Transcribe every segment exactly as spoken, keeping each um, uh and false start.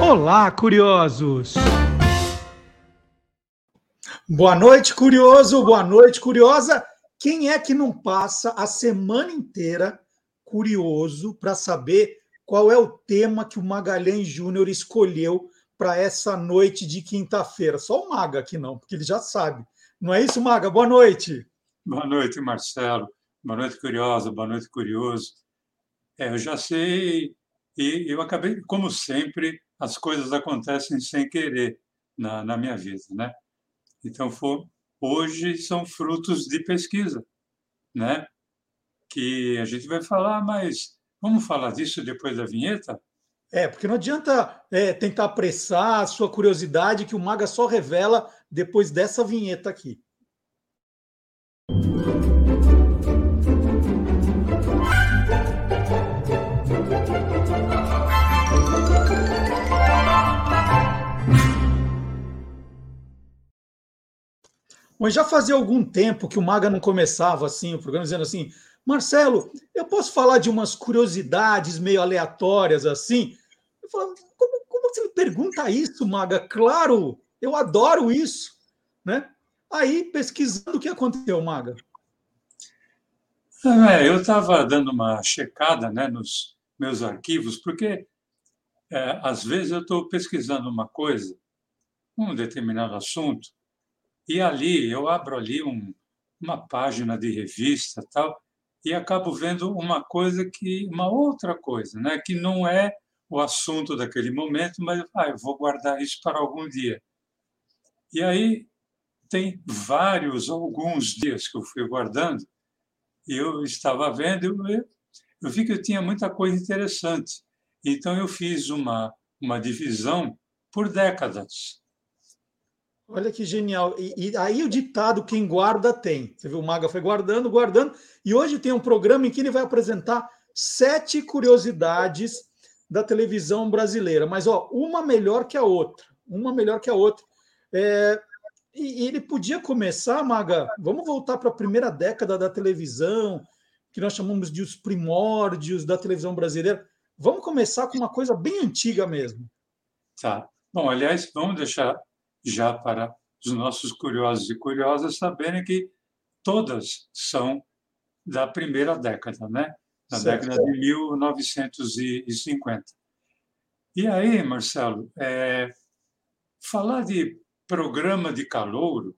Olá, curiosos! Boa noite, curioso! Boa noite, curiosa! Quem é que não passa a semana inteira curioso para saber qual é o tema que o Magalhães Júnior escolheu para essa noite de quinta-feira? Só o Maga que não, porque ele já sabe. Não é isso, Maga? Boa noite! Boa noite, Marcelo. Boa noite, curiosa. Boa noite, curioso. É, eu já sei, e eu acabei, como sempre, as coisas acontecem sem querer na, na minha vida, né? Então, for, hoje são frutos de pesquisa, né? Que a gente vai falar, mas vamos falar disso depois da vinheta? É, porque não adianta é, tentar apressar a sua curiosidade, que o Maga só revela depois dessa vinheta aqui. Mas já fazia algum tempo que o Maga não começava assim o programa dizendo assim: Marcelo, eu posso falar de umas curiosidades meio aleatórias assim? Eu falava, como, como você me pergunta isso, Maga? Claro, eu adoro isso, né? Aí, pesquisando o que aconteceu, Maga. É, eu estava dando uma checada, né, nos meus arquivos, porque é, às vezes eu estou pesquisando uma coisa, um determinado assunto, e ali eu abro ali um, uma página de revista tal e acabo vendo uma coisa que uma outra coisa, né, que não é o assunto daquele momento, mas ah, eu vou guardar isso para algum dia. E aí tem vários, alguns dias que eu fui guardando e eu estava vendo, eu, eu vi que eu tinha muita coisa interessante. Então eu fiz uma uma divisão por décadas. Olha que genial. E, e aí o ditado, quem guarda tem. Você viu, o Maga foi guardando, guardando. E hoje tem um programa em que ele vai apresentar sete curiosidades da televisão brasileira. Mas, ó, uma melhor que a outra. Uma melhor que a outra. É, e, e ele podia começar, Maga, vamos voltar para a primeira década da televisão, que nós chamamos de os primórdios da televisão brasileira. Vamos começar com uma coisa bem antiga mesmo. Tá. Bom, aliás, vamos deixar já para os nossos curiosos e curiosas saberem que todas são da primeira década, né? Da Certo. década de mil novecentos e cinquenta. E aí, Marcelo, é, falar de programa de calouro,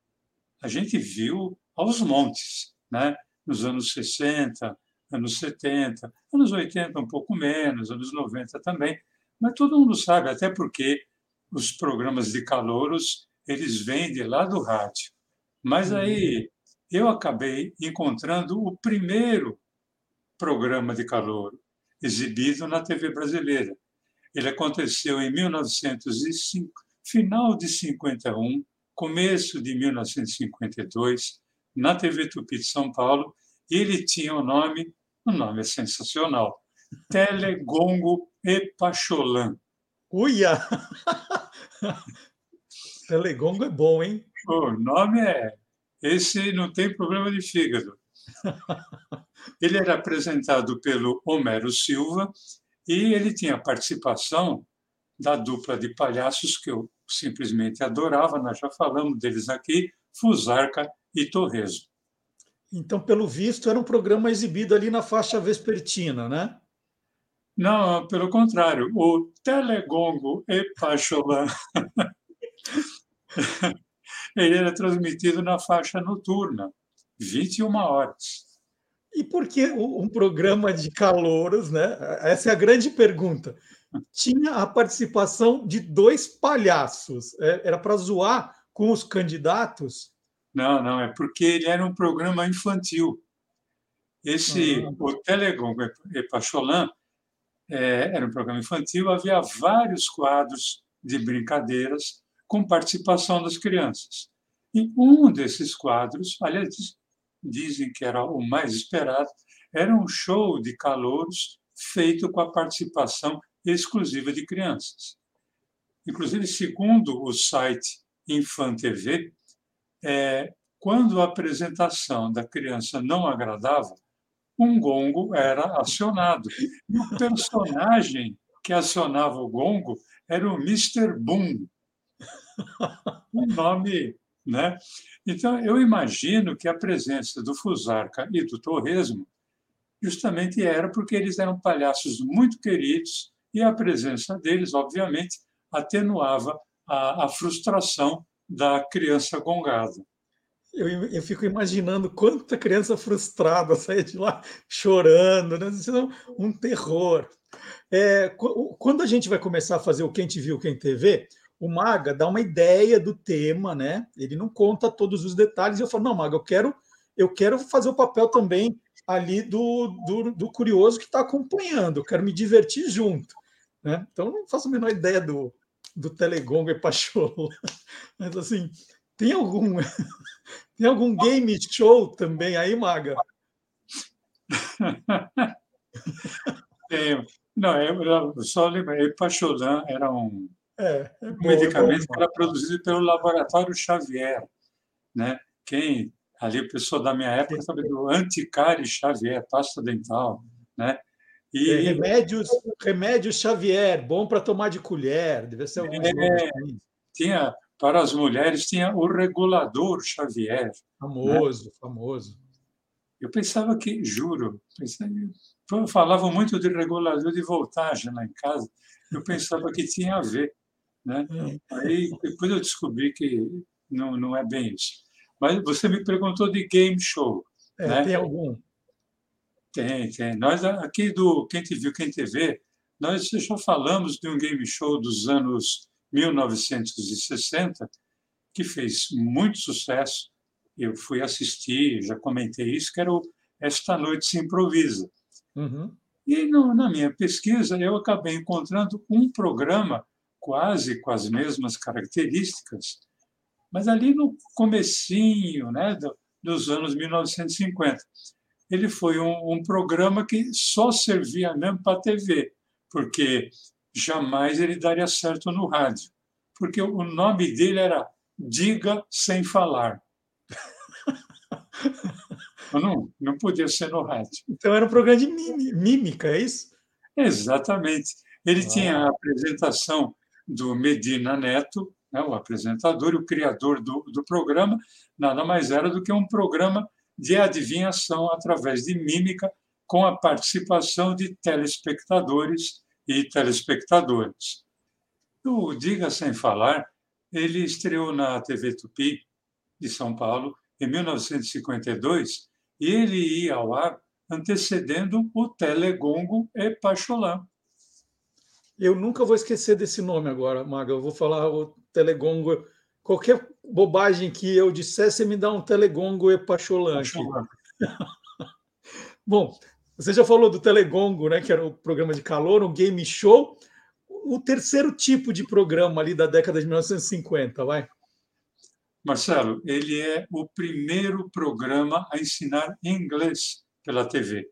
a gente viu aos montes, né? Nos anos sessenta, anos setenta, anos oitenta um pouco menos, anos noventa também, mas todo mundo sabe, até porque os programas de calouros, eles vêm de lá do rádio. Mas aí eu acabei encontrando o primeiro programa de calouro exibido na T V brasileira. Ele aconteceu em mil novecentos e cinco, final de cinquenta e um, começo de mil novecentos e cinquenta e dois, na T V Tupi de São Paulo, e ele tinha o nome, o nome é sensacional, Telegongo e Pacholã. Uia! Telegongo é bom, hein? O nome é... Esse não tem problema de fígado. Ele era apresentado pelo Homero Silva e ele tinha a participação da dupla de palhaços que eu simplesmente adorava, nós já falamos deles aqui, Fusarca e Torresmo. Então, pelo visto, era um programa exibido ali na faixa vespertina, né? Não, pelo contrário, o Telegongo e Pacholã, ele era transmitido na faixa noturna, vinte e uma horas. E por que um programa de calouros, né? Essa é a grande pergunta. Tinha a participação de dois palhaços. Era para zoar com os candidatos? Não, não, é porque ele era um programa infantil. Esse, Ah. o Telegongo e Pacholã, é, era um programa infantil, havia vários quadros de brincadeiras com participação das crianças. E um desses quadros, aliás, dizem que era o mais esperado, era um show de calouros feito com a participação exclusiva de crianças. Inclusive, segundo o site Infan T V, é, quando a apresentação da criança não agradava, um gongo era acionado. E o personagem que acionava o gongo era o mister Boom, um nome, né? Então, eu imagino que a presença do Fusarca e do Torresmo justamente era porque eles eram palhaços muito queridos e a presença deles, obviamente, atenuava a, a frustração da criança gongada. Eu, eu fico imaginando quanta criança frustrada saia de lá chorando, né? Isso é um, um terror. É, quando a gente vai começar a fazer o Quem Te Viu, Quem Te Vê, o Maga dá uma ideia do tema, né? Ele não conta todos os detalhes. E eu falo, não, Maga, eu quero, eu quero fazer o papel também ali do, do, do curioso que está acompanhando. Eu quero me divertir junto, né? Então, eu não faço a menor ideia do, do Telegongo e Pachola. Mas, assim, tem algum, tem algum game show também aí, Maga? É, não, eu só lembrei, Pacholan era um, É, é um bom, é bom. medicamento que era produzido pelo Laboratório Xavier, né? Quem ali, pessoa da minha época, sabe do Anticari Xavier, pasta dental, né? É, E remédios, remédios Xavier, bom para tomar de colher, deve ser algum slogan é, assim. tinha, para as mulheres, tinha o regulador Xavier, né? Famoso, famoso. Eu pensava que, juro, pensava, falavam muito de regulador de voltagem lá em casa, eu pensava que tinha a ver, né? É, Aí depois eu descobri que não, não é bem isso. Mas você me perguntou de game show, é, né? tem algum? Tem, tem. Nós aqui do Quem Te Viu, Quem Te Vê, nós já falamos de um game show dos anos mil novecentos e sessenta que fez muito sucesso. Eu fui assistir, já comentei isso, que era o Esta Noite Se Improvisa. Uhum. E no, na minha pesquisa eu acabei encontrando um programa quase com as mesmas características, mas ali no comecinho, né, do, dos anos mil novecentos e cinquenta. Ele foi um, um programa que só servia mesmo para a T V, porque jamais ele daria certo no rádio, porque o nome dele era Diga Sem Falar. Não, não podia ser no rádio. Então era um programa de mímica, é isso? Exatamente. Ele tinha Ah, a apresentação do Medina Neto, né, o apresentador e o criador do, do programa, nada mais era do que um programa de adivinhação através de mímica, com a participação de telespectadores e telespectadoras. O Diga Sem Falar, ele estreou na T V Tupi de São Paulo em mil novecentos e cinquenta e dois e ele ia ao ar antecedendo o Telegongo e Pacholã. eu nunca vou esquecer desse nome agora, Maga. Eu vou falar o Telegongo. Qualquer bobagem que eu dissesse, me dá um Telegongo e Pacholã aqui. Pacholã. Bom, você já falou do Telegongo, né, que era o programa de calor, um game show. O terceiro tipo de programa ali da década de mil novecentos e cinquenta, vai. Marcelo, ele é o primeiro programa a ensinar inglês pela T V.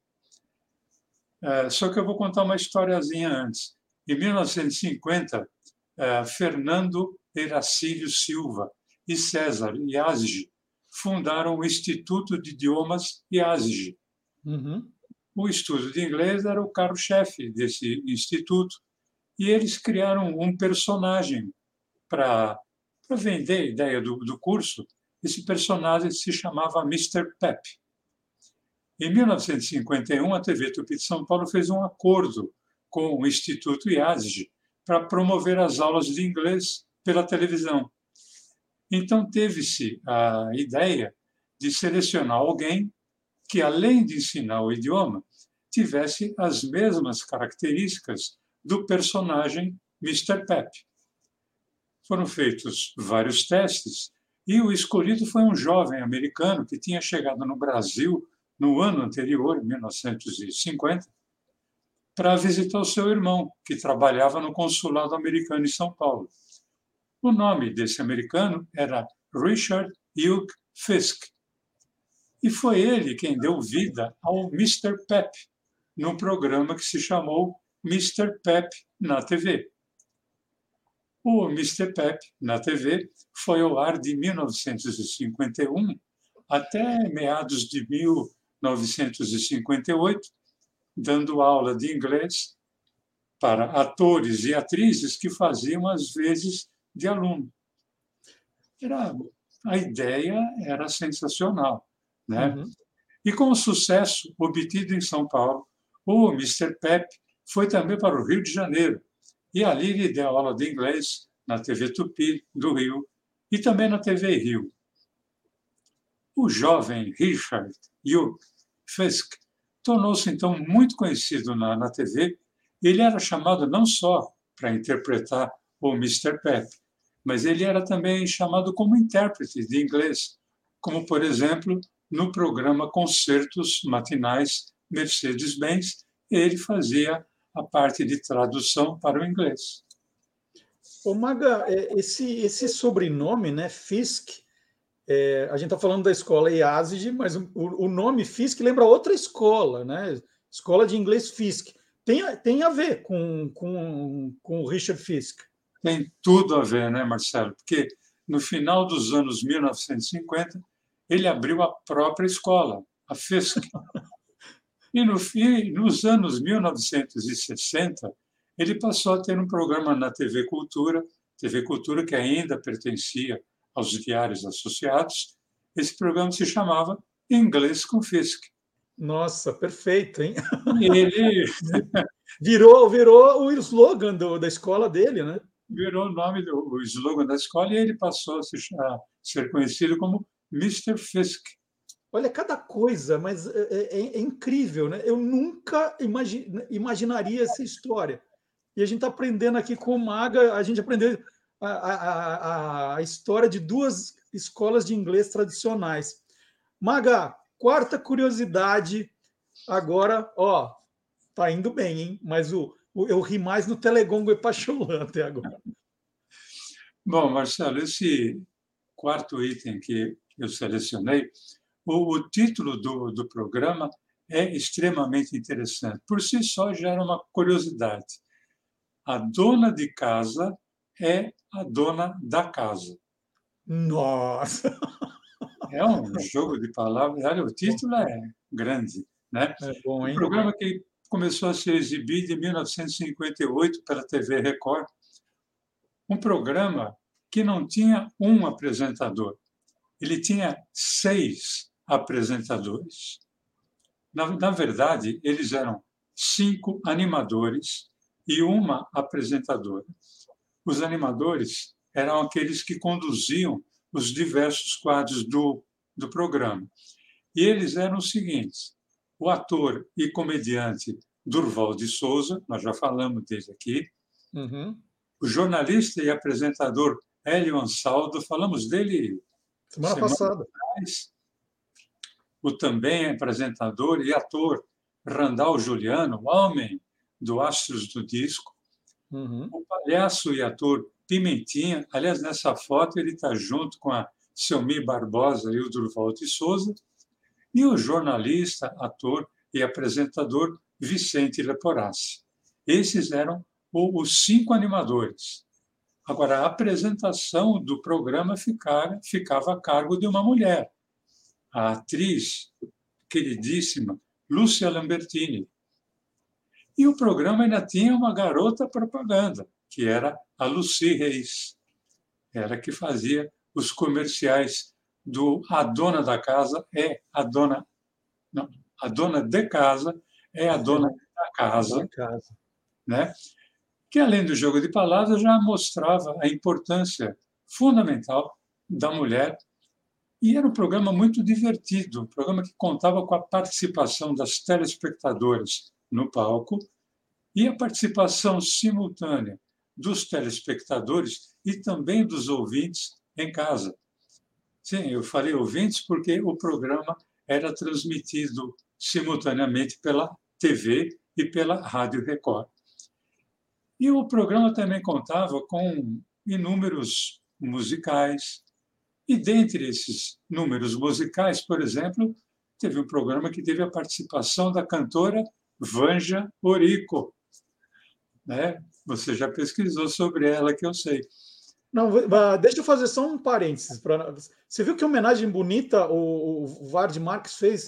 É, só que eu vou contar uma historiazinha antes. Em mil novecentos e cinquenta, é, Fernando Heracílio Silva e César Yazgi fundaram o Instituto de Idiomas Yazgi. Uhum. O estudo de inglês era o carro-chefe desse instituto e eles criaram um personagem para vender a ideia do, do curso. Esse personagem se chamava mister Pep. Em mil novecentos e cinquenta e um, a T V Tupi de São Paulo fez um acordo com o Instituto IASG para promover as aulas de inglês pela televisão. Então, teve-se a ideia de selecionar alguém que, além de ensinar o idioma, tivesse as mesmas características do personagem mister Pep. Foram feitos vários testes e o escolhido foi um jovem americano que tinha chegado no Brasil no ano anterior, em mil novecentos e cinquenta, para visitar o seu irmão, que trabalhava no consulado americano em São Paulo. O nome desse americano era Richard Hugh Fisk. E foi ele quem deu vida ao mister Pep, num programa que se chamou mister Pep na T V. O mister Pep, na T V, foi ao ar de mil novecentos e cinquenta e um até meados de mil novecentos e cinquenta e oito, dando aula de inglês para atores e atrizes que faziam, às vezes, de aluno. Era, a ideia era sensacional, né? Uhum. E com o sucesso obtido em São Paulo, o mister Pepe foi também para o Rio de Janeiro. E ali ele deu aula de inglês na T V Tupi do Rio e também na T V Rio. O jovem Richard Hugh Fisk tornou-se, então, muito conhecido na, na T V. Ele era chamado não só para interpretar o mister Pepe, mas ele era também chamado como intérprete de inglês, como, por exemplo, no programa Concertos Matinais Mercedes-Benz, ele fazia a parte de tradução para o inglês. Ô, Maga, esse, esse sobrenome, né, Fisk, é, a gente está falando da escola IASIG, mas o, o nome Fisk lembra outra escola, né? Escola de Inglês Fisk. Tem, tem a ver com, com, com o Richard Fisk. Tem tudo a ver, né, Marcelo? Porque no final dos anos mil novecentos e cinquenta, ele abriu a própria escola, a Fisk. E no fim, nos anos mil novecentos e sessenta, ele passou a ter um programa na T V Cultura, T V Cultura que ainda pertencia aos diários associados. Esse programa se chamava Inglês com Fisk. Nossa, perfeito, hein? E ele virou, virou o slogan do, da escola dele, né? Virou o nome do o slogan da escola e ele passou a, se, a ser conhecido como mister Fisk. Olha, cada coisa, mas é, é, é incrível, né? Eu nunca imagi imaginaria essa história. E a gente está aprendendo aqui com o Maga, a gente aprendeu a, a, a, a história de duas escolas de inglês tradicionais. Maga, quarta curiosidade, agora, ó, tá indo bem, hein? Mas o, o eu ri mais no Telegongo e Pacholã até agora. Bom, Marcelo, esse quarto item que eu selecionei, o, o título do, do programa é extremamente interessante. Por si só, já era uma curiosidade. A dona de casa é a dona da casa. Nossa! É um jogo de palavras. Olha, o título é grande, né? É bom, O hein? programa que começou a ser exibido em mil novecentos e cinquenta e oito pela T V Record, um programa que não tinha um apresentador, ele tinha seis apresentadores. Na, na verdade, eles eram cinco animadores e uma apresentadora. Os animadores eram aqueles que conduziam os diversos quadros do, do programa. E eles eram os seguintes: o ator e comediante Durval de Souza, nós já falamos dele aqui, Uhum. o jornalista e apresentador Hélio Ansaldo, falamos dele Semana semana passada. atrás, o também apresentador e ator Randall Juliano, homem do Astros do Disco, Uhum. o palhaço e ator Pimentinha, aliás, nessa foto ele está junto com a Selmi Barbosa e o Durval de Souza, e o jornalista, ator e apresentador Vicente Leporassi. Esses eram os cinco animadores. Agora, a apresentação do programa ficava, ficava a cargo de uma mulher, a atriz queridíssima Lúcia Lambertini. E o programa ainda tinha uma garota propaganda, que era a Lucy Reis. Era que fazia os comerciais do A Dona da Casa é a dona... Não, a dona de casa é a dona da casa, Da casa. né? Que, além do jogo de palavras, já mostrava a importância fundamental da mulher. E era um programa muito divertido, um programa que contava com a participação das telespectadoras no palco e a participação simultânea dos telespectadores e também dos ouvintes em casa. Sim, eu falei ouvintes porque o programa era transmitido simultaneamente pela T V e pela Rádio Record. E o programa também contava com inúmeros musicais. E dentre esses números musicais, por exemplo, teve um programa que teve a participação da cantora Vanja Orico. Né? Você já pesquisou sobre ela, que eu sei. Não, deixa eu fazer só um parênteses. Pra... Você viu que homenagem bonita o, o Vard Marques fez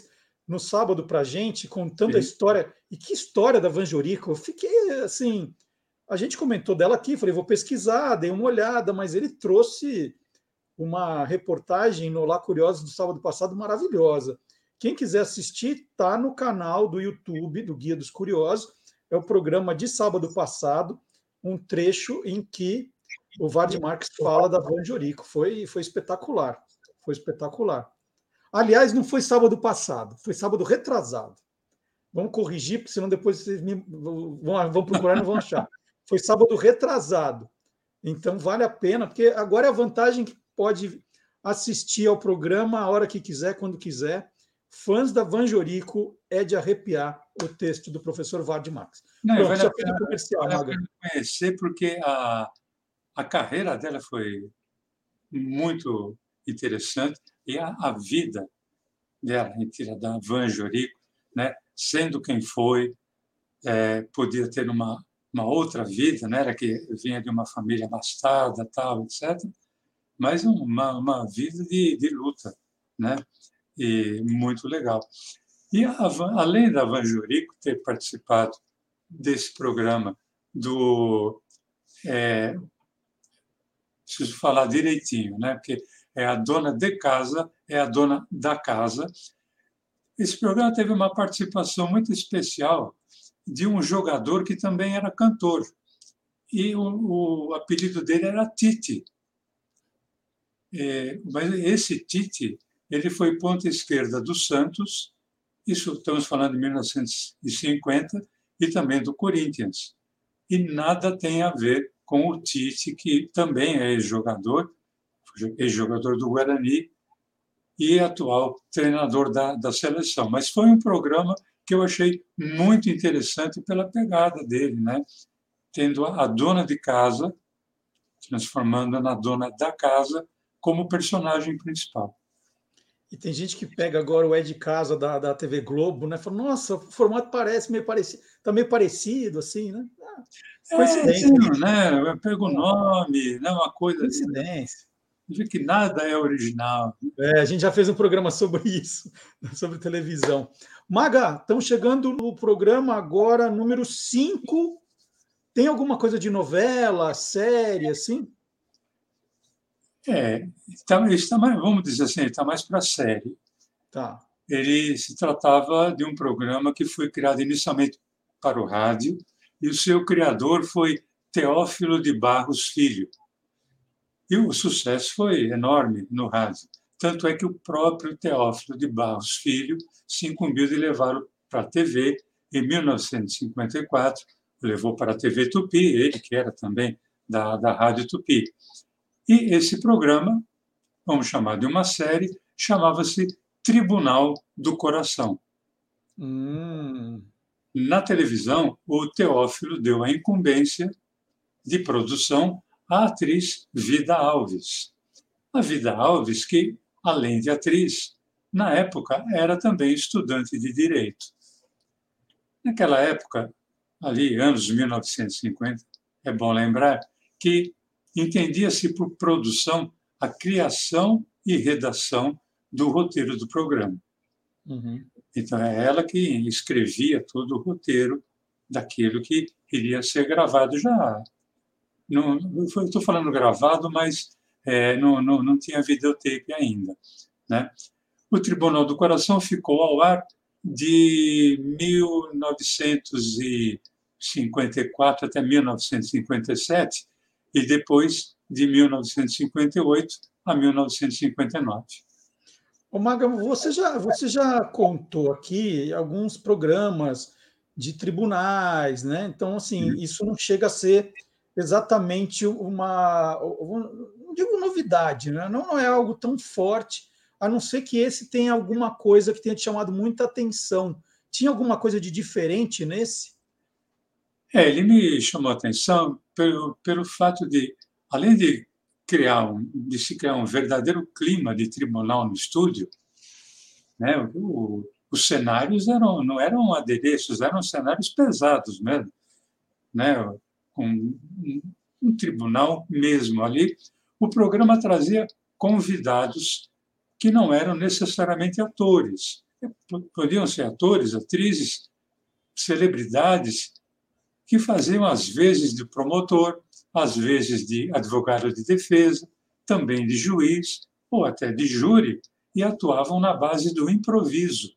no sábado para a gente, contando Sim. a história. E que história da Vanjorico! Eu fiquei assim. A gente comentou dela aqui, falei, vou pesquisar, dei uma olhada, mas ele trouxe uma reportagem no Lá Curiosos do sábado passado maravilhosa. Quem quiser assistir, está no canal do YouTube do Guia dos Curiosos. É o programa de sábado passado, um trecho em que o Vard Marx fala da Vanjorico. Foi, foi espetacular. Foi espetacular. Aliás, não foi sábado passado, foi sábado retrasado. Vamos corrigir, porque senão depois vocês me, vão, vão procurar e não vão achar. Foi sábado retrasado. Então, vale a pena, porque agora é a vantagem que pode assistir ao programa a hora que quiser, quando quiser. Fãs da Vanjorico, é de arrepiar o texto do professor Vard Marx. Não, Pronto, vale já a fiz pena, o comercial, vale a Maga. pena conhecer, porque a, a carreira dela foi muito interessante e a, a vida dela, mentira, da Vanjorico, né? Sendo quem foi, é, podia ter uma, uma outra vida, né? Era que vinha de uma família abastada, tal, etcétera, mas uma, uma vida de, de luta, né? E muito legal. E a, além da Vanjorico ter participado desse programa do é, preciso falar direitinho, né? Porque é a dona de casa, é a dona da casa. Esse programa teve uma participação muito especial de um jogador que também era cantor. E o, o apelido dele era Tite. É, mas esse Tite, ele foi ponta esquerda do Santos, isso estamos falando de mil novecentos e cinquenta, e também do Corinthians. E nada tem a ver com o Tite, que também é ex-jogador, ex-jogador do Guarani e atual treinador da, da seleção. Mas foi um programa que eu achei muito interessante pela pegada dele, né? Tendo a dona de casa, transformando na dona da casa como personagem principal. E tem gente que pega agora o É de Casa da, da T V Globo, né? Fala, nossa, o formato parece meio parecido, tá meio parecido, assim, né? Ah, coincidência. É, né? Eu pego o nome, né? Uma coisa. Coincidência. Vê que nada é original. É, a gente já fez um programa sobre isso, sobre televisão. Maga, estamos chegando no programa agora número cinco. Tem alguma coisa de novela, série, assim? É, tá, está mais, vamos dizer assim, está mais para a série. Tá. Ele se tratava de um programa que foi criado inicialmente para o rádio, e o seu criador foi Teófilo de Barros Filho. E o sucesso foi enorme no rádio. Tanto é que o próprio Teófilo de Barros Filho se incumbiu de levá-lo para a T V em mil novecentos e cinquenta e quatro, levou para a T V Tupi, ele que era também da, da Rádio Tupi. E esse programa, vamos chamar de uma série, chamava-se Tribunal do Coração. Hum. Na televisão, o Teófilo deu a incumbência de produção à atriz Vida Alves. A Vida Alves, que, além de atriz, na época era também estudante de Direito. Naquela época, ali, anos mil novecentos e cinquenta, é bom lembrar que entendia-se por produção a criação e redação do roteiro do programa. Uhum. Então, é ela que escrevia todo o roteiro daquilo que iria ser gravado já. Não, estou falando gravado, mas é, não, não, não tinha videotape ainda, né? O Tribunal do Coração ficou ao ar de mil novecentos e cinquenta e quatro até mil novecentos e cinquenta e sete e depois de mil novecentos e cinquenta e oito a mil novecentos e cinquenta e nove. Ô, Maga, você já, você já contou aqui alguns programas de tribunais, né? Então, assim, isso não chega a ser exatamente uma, não digo novidade, né? Não, não é algo tão forte, a não ser que esse tenha alguma coisa que tenha te chamado muita atenção. Tinha alguma coisa de diferente nesse? É, ele me chamou a atenção pelo, pelo fato de, além de criar um, de se criar um verdadeiro clima de tribunal no estúdio, né? O, os cenários eram, não eram adereços, eram cenários pesados mesmo, né? Com um, um tribunal mesmo ali. O programa trazia convidados que não eram necessariamente atores, Podiam ser atores, atrizes, celebridades, que faziam às vezes de promotor, às vezes de advogado de defesa, também de juiz ou até de júri, e atuavam na base do improviso.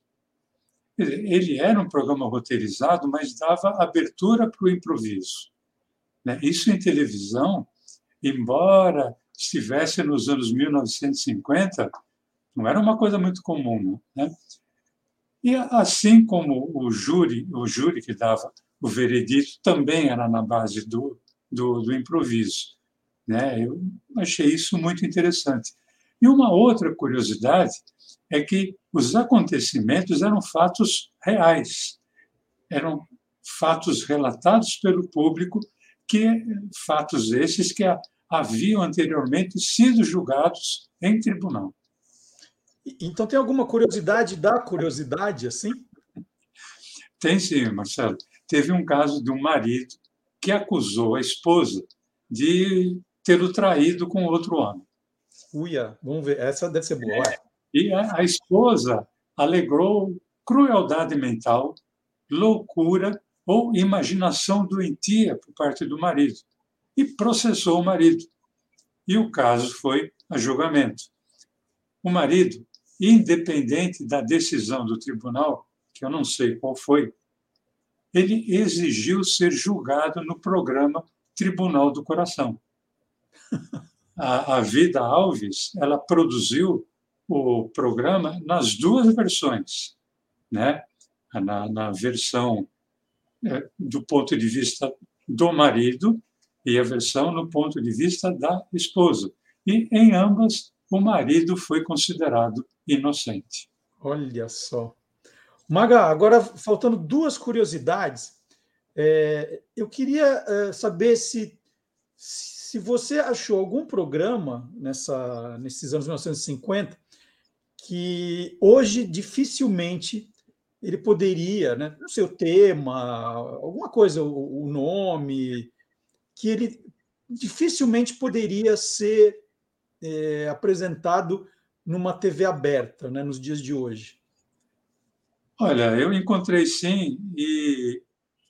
Ele era um programa roteirizado, mas dava abertura para o improviso. Isso em televisão, embora estivesse nos anos mil novecentos e cinquenta, não era uma coisa muito comum, né? E assim como o júri, o júri que dava o veredito também era na base do, do, do improviso, né? Eu achei isso muito interessante. E uma outra curiosidade é que os acontecimentos eram fatos reais, eram fatos relatados pelo público, que fatos esses que haviam anteriormente sido julgados em tribunal. Então, tem alguma curiosidade da curiosidade, assim? Tem sim, Marcelo. Teve um caso de um marido que acusou a esposa de tê-lo traído com outro homem. Uia, vamos ver. Essa deve ser boa. É. E a, a esposa alegou crueldade mental, loucura ou imaginação doentia por parte do marido e processou o marido. E o caso foi a julgamento. O marido, independente da decisão do tribunal, que eu não sei qual foi, ele exigiu ser julgado no programa Tribunal do Coração. A, a Vida Alves, ela produziu o programa nas duas versões, né? Na, na versão é, do ponto de vista do marido e a versão no ponto de vista da esposa. E, em ambas, o marido foi considerado inocente. Olha só. Maga, agora faltando duas curiosidades, é, eu queria é, saber se, se você achou algum programa nessa, nesses anos mil novecentos e cinquenta que hoje dificilmente ele poderia, né, o seu tema, alguma coisa, o, o nome, que ele dificilmente poderia ser é, apresentado numa T V aberta, né, nos dias de hoje. Olha, eu encontrei sim, e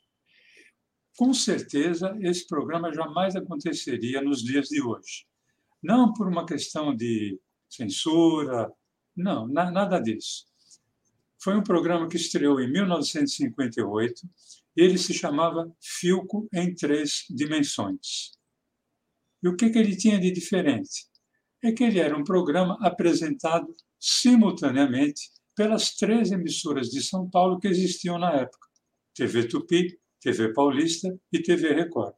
com certeza esse programa jamais aconteceria nos dias de hoje. Não por uma questão de censura, não, na, nada disso. Foi um programa que estreou em mil novecentos e cinquenta e oito, e ele se chamava Philco em Três Dimensões. E o que, que ele tinha de diferente? É que ele era um programa apresentado simultaneamente pelas três emissoras de São Paulo que existiam na época: T V Tupi, T V Paulista e T V Record.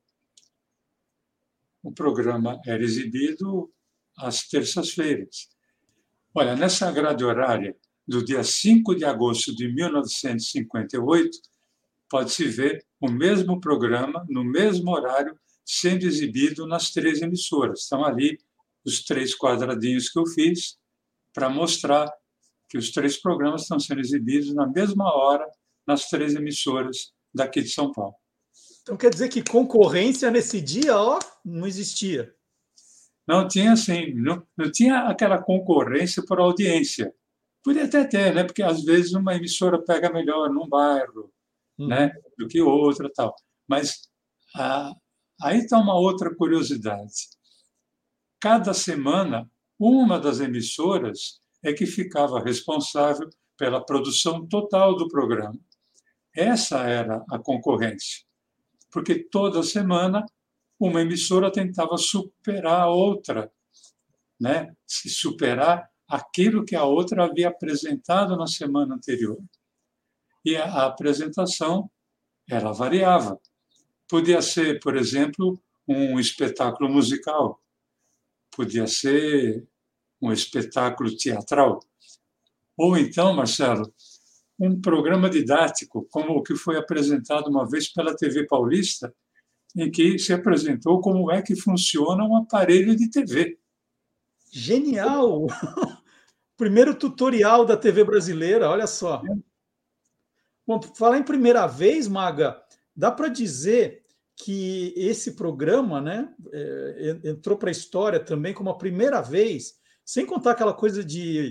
O programa era exibido às terças-feiras. Olha, nessa grade horária do dia cinco de agosto de mil novecentos e cinquenta e oito, pode-se ver o mesmo programa, no mesmo horário, sendo exibido nas três emissoras. Estão ali os três quadradinhos que eu fiz para mostrar que os três programas estão sendo exibidos na mesma hora nas três emissoras daqui de São Paulo. Então quer dizer que concorrência nesse dia, ó, não existia? Não tinha assim, não, não tinha aquela concorrência por audiência. Podia até ter, né? Porque às vezes uma emissora pega melhor num bairro, uhum, né, do que outra, tal. Mas ah, aí está uma outra curiosidade. Cada semana, uma das emissoras é que ficava responsável pela produção total do programa. Essa era a concorrência, porque toda semana uma emissora tentava superar a outra, né? Se superar aquilo que a outra havia apresentado na semana anterior. E a, a apresentação, ela variava. Podia ser, por exemplo, um espetáculo musical, podia ser um espetáculo teatral, ou então, Marcelo, um programa didático, como o que foi apresentado uma vez pela T V Paulista, em que se apresentou como é que funciona um aparelho de T V. Genial! Primeiro tutorial da T V brasileira, olha só. É. Bom, falar em primeira vez, Maga, dá para dizer que esse programa, né, entrou para a história também como a primeira vez, sem contar aquela coisa de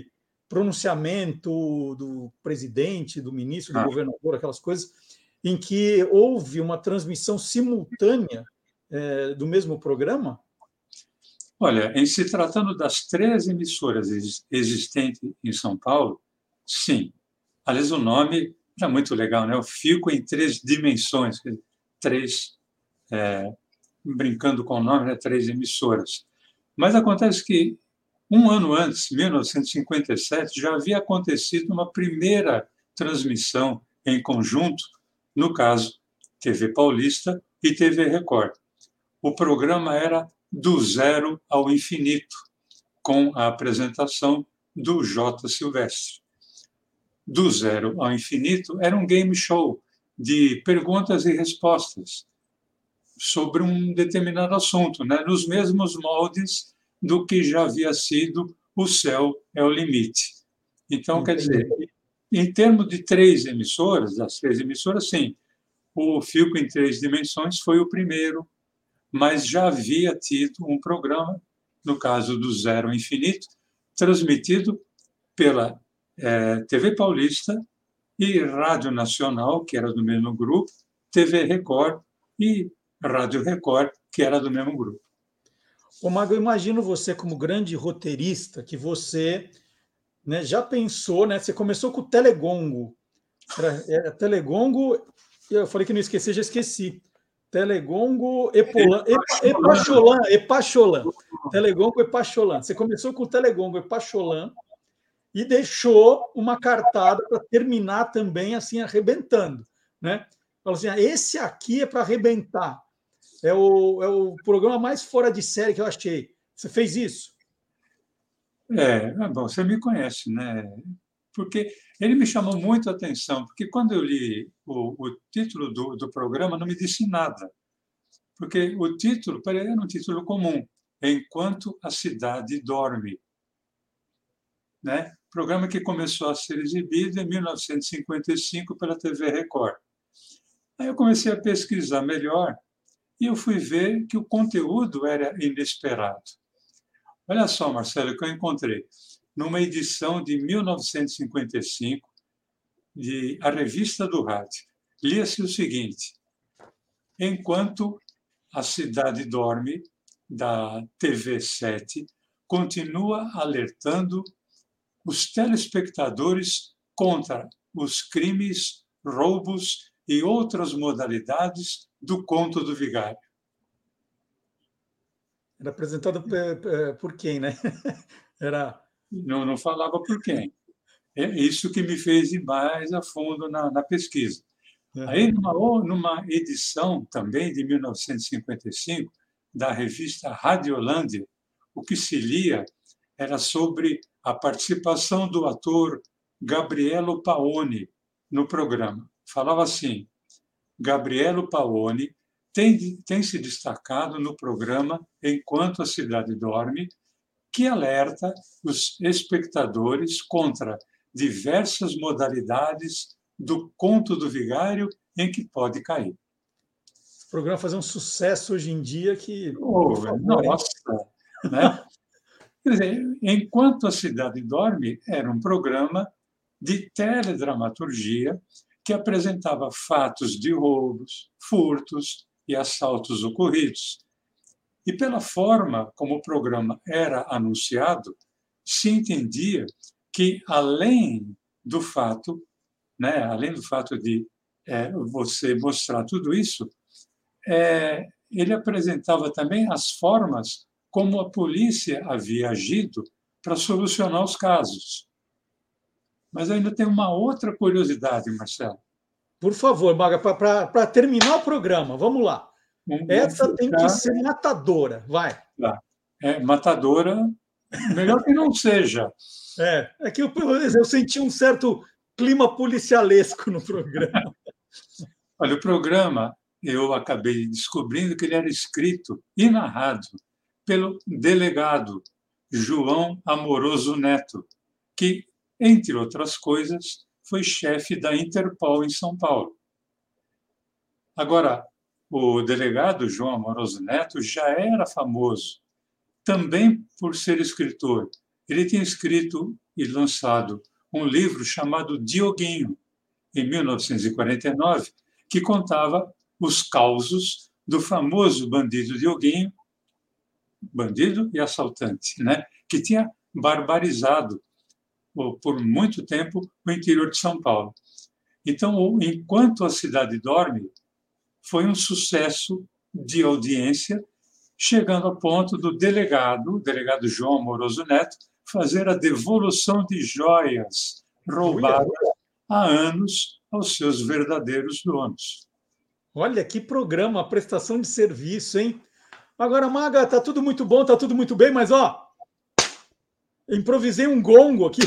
pronunciamento do presidente, do ministro, do Ah. governador, aquelas coisas, em que houve uma transmissão simultânea é, do mesmo programa? Olha, em se tratando das três emissoras ex- existentes em São Paulo, sim. Aliás, o nome é muito legal, né? Eu fico em três dimensões, quer dizer, três, é, brincando com o nome, né? Três emissoras. Mas acontece que um ano antes, mil novecentos e cinquenta e sete, já havia acontecido uma primeira transmissão em conjunto, no caso, T V Paulista e T V Record. O programa era Do Zero ao Infinito, com a apresentação do Jota Silvestre. Do Zero ao Infinito era um game show de perguntas e respostas sobre um determinado assunto, né? Nos mesmos moldes do que já havia sido O Céu é o Limite. Então, quer dizer, em termos de três emissoras, das três emissoras, sim, o Fico em Três Dimensões foi o primeiro, mas já havia tido um programa, no caso do Zero ao Infinito, transmitido pela eh, T V Paulista e Rádio Nacional, que era do mesmo grupo, T V Record e Rádio Record, que era do mesmo grupo. Ô, Mago, eu imagino você como grande roteirista, que você, né, já pensou, né? Você começou com o Telegongo. Era, era Telegongo, eu falei que não esqueci, já esqueci. Telegongo, Epolan, Epa, Epacholan, Epacholan. Telegongo, Epacholan. Você começou com o Telegongo, Epacholan, e deixou uma cartada para terminar também assim, arrebentando. Né? Falou assim: ah, esse aqui é para arrebentar. É o, é o programa mais fora de série que eu achei. Você fez isso? É, bom, você me conhece, né? Porque ele me chamou muito a atenção, porque quando eu li o, o título do, do programa, não me disse nada. Porque o título, para ele, era um título comum, Enquanto a Cidade Dorme. Né? Programa que começou a ser exibido em mil novecentos e cinquenta e cinco pela T V Record. Aí eu comecei a pesquisar melhor e eu fui ver que o conteúdo era inesperado. Olha só, Marcelo, que eu encontrei. Numa edição de mil novecentos e cinquenta e cinco, de A Revista do Rádio, lia-se o seguinte: Enquanto a Cidade Dorme, da T V sete, continua alertando os telespectadores contra os crimes, roubos e outras modalidades do Conto do Vigário. Era apresentado por quem, né? Era... Não, não falava por quem. É isso que me fez ir mais a fundo na, na pesquisa. Uhum. Aí, numa, numa edição também de mil novecentos e cinquenta e cinco, da revista Radiolândia, o que se lia era sobre a participação do ator Gabrielo Paoni no programa. Falava assim: Gabrielo Paoni tem, tem se destacado no programa Enquanto a Cidade Dorme, que alerta os espectadores contra diversas modalidades do conto do vigário em que pode cair. Esse programa faz um sucesso hoje em dia que... Oh, nossa! Né? Quer dizer, Enquanto a Cidade Dorme era um programa de teledramaturgia que apresentava fatos de roubos, furtos e assaltos ocorridos. E pela forma como o programa era anunciado, se entendia que, além do fato, né, além do fato de é, você mostrar tudo isso, é, ele apresentava também as formas como a polícia havia agido para solucionar os casos. Mas ainda tem uma outra curiosidade, Marcelo. Por favor, Maga, para terminar o programa, vamos lá. Vamos, Essa vamos tem que ser matadora, vai. Tá. É, matadora, melhor que não seja. É, é que eu, eu senti um certo clima policialesco no programa. Olha, o programa, eu acabei descobrindo que ele era escrito e narrado pelo delegado João Amoroso Neto, que, entre outras coisas, foi chefe da Interpol em São Paulo. Agora, o delegado João Amoroso Neto já era famoso, também por ser escritor. Ele tinha escrito e lançado um livro chamado Dioguinho, em mil novecentos e quarenta e nove, que contava os causos do famoso bandido Dioguinho, bandido e assaltante, né? Que tinha barbarizado por muito tempo o interior de São Paulo. Então, Enquanto a Cidade Dorme foi um sucesso de audiência, chegando ao ponto do delegado, o delegado João Amoroso Neto, fazer a devolução de joias roubadas há anos aos seus verdadeiros donos. Olha que programa, prestação de serviço, hein? Agora, Maga, tá tudo muito bom, tá tudo muito bem, mas ó, improvisei um gongo aqui,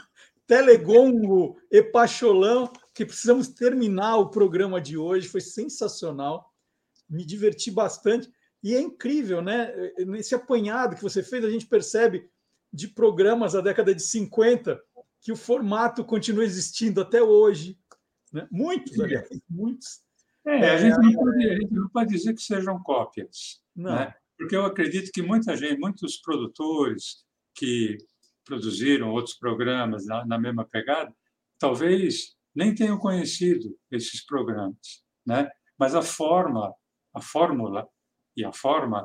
telegongo e pacholão, que precisamos terminar o programa de hoje, foi sensacional, me diverti bastante, e é incrível, né? Nesse apanhado que você fez, a gente percebe de programas da década de cinquenta que o formato continua existindo até hoje, né? Muitos, aliás, muitos. É, a, gente não pode, a gente não pode dizer que sejam cópias, não. Né? Porque eu acredito que muita gente, muitos produtores que produziram outros programas na, na mesma pegada, talvez nem tenham conhecido esses programas, né? Mas a forma, a fórmula e a forma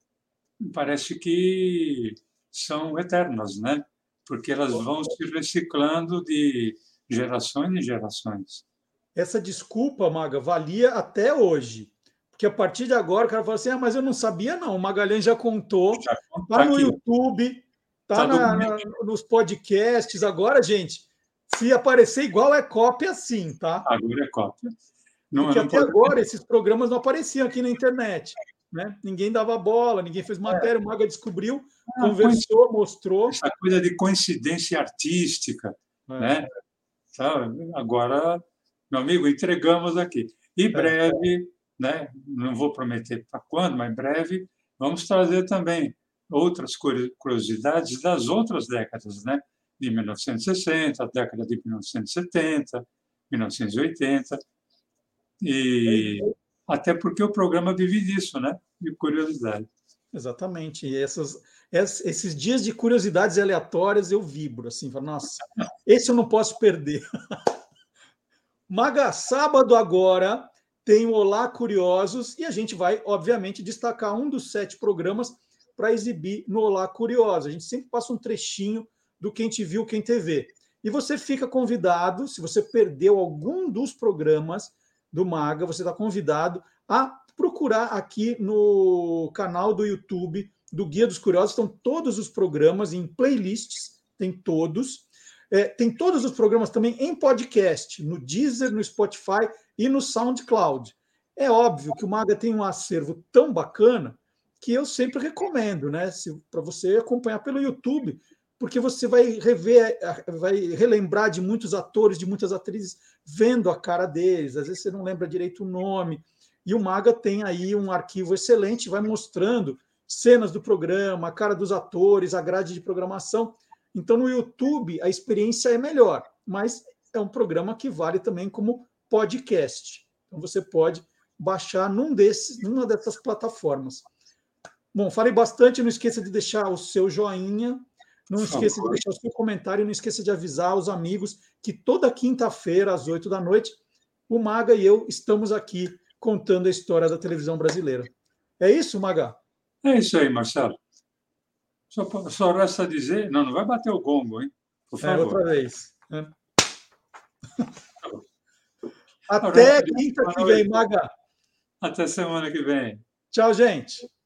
parece que são eternas, né? Porque elas vão se reciclando de gerações em gerações. Essa desculpa, Maga, valia até hoje. Porque a partir de agora o cara fala assim: ah, mas eu não sabia, não. O Magalhães já contou. Está tá no aqui. YouTube, está tá na, nos podcasts. Agora, gente, se aparecer igual é cópia, sim, tá? Agora é cópia. Não, porque não até pode... agora esses programas não apareciam aqui na internet. Né? Ninguém dava bola, ninguém fez matéria. É. O Maga descobriu, ah, conversou, coinc... mostrou. Essa coisa de coincidência artística, é. Né? Agora, meu amigo, entregamos aqui. E breve, é. Né? Não vou prometer para quando, mas breve, vamos trazer também outras curiosidades das outras décadas, né? De mil novecentos e sessenta, a década de mil novecentos e setenta, mil novecentos e oitenta. E é. Até porque o programa vive disso, né? De curiosidade. Exatamente. E essas, esses dias de curiosidades aleatórias eu vibro, assim, falo, nossa, esse eu não posso perder. Maga, sábado agora tem o Olá Curiosos e a gente vai, obviamente, destacar um dos sete programas para exibir no Olá Curiosos. A gente sempre passa um trechinho do Quem Te Viu, Quem Te Vê. E você fica convidado, se você perdeu algum dos programas do Maga, você está convidado a procurar aqui no canal do YouTube do Guia dos Curiosos. Estão todos os programas em playlists, tem todos. É, tem todos os programas também em podcast, no Deezer, no Spotify e no SoundCloud. É óbvio que o Maga tem um acervo tão bacana que eu sempre recomendo, né? Para você acompanhar pelo YouTube, porque você vai rever, vai relembrar de muitos atores, de muitas atrizes, vendo a cara deles. Às vezes você não lembra direito o nome. E o Maga tem aí um arquivo excelente, vai mostrando cenas do programa, a cara dos atores, a grade de programação. Então, no YouTube, a experiência é melhor, mas é um programa que vale também como podcast. Então, você pode baixar num desses, numa dessas plataformas. Bom, falei bastante, não esqueça de deixar o seu joinha, não esqueça de deixar o seu comentário, não esqueça de avisar os amigos que toda quinta-feira, às oito da noite, o Maga e eu estamos aqui contando a história da televisão brasileira. É isso, Maga? É isso aí, Marcelo. Só, só resta dizer... Não, não vai bater o gongo, hein? Por favor. É, outra vez. É. Até quinta que vem, Maga. Até semana que vem. Tchau, gente.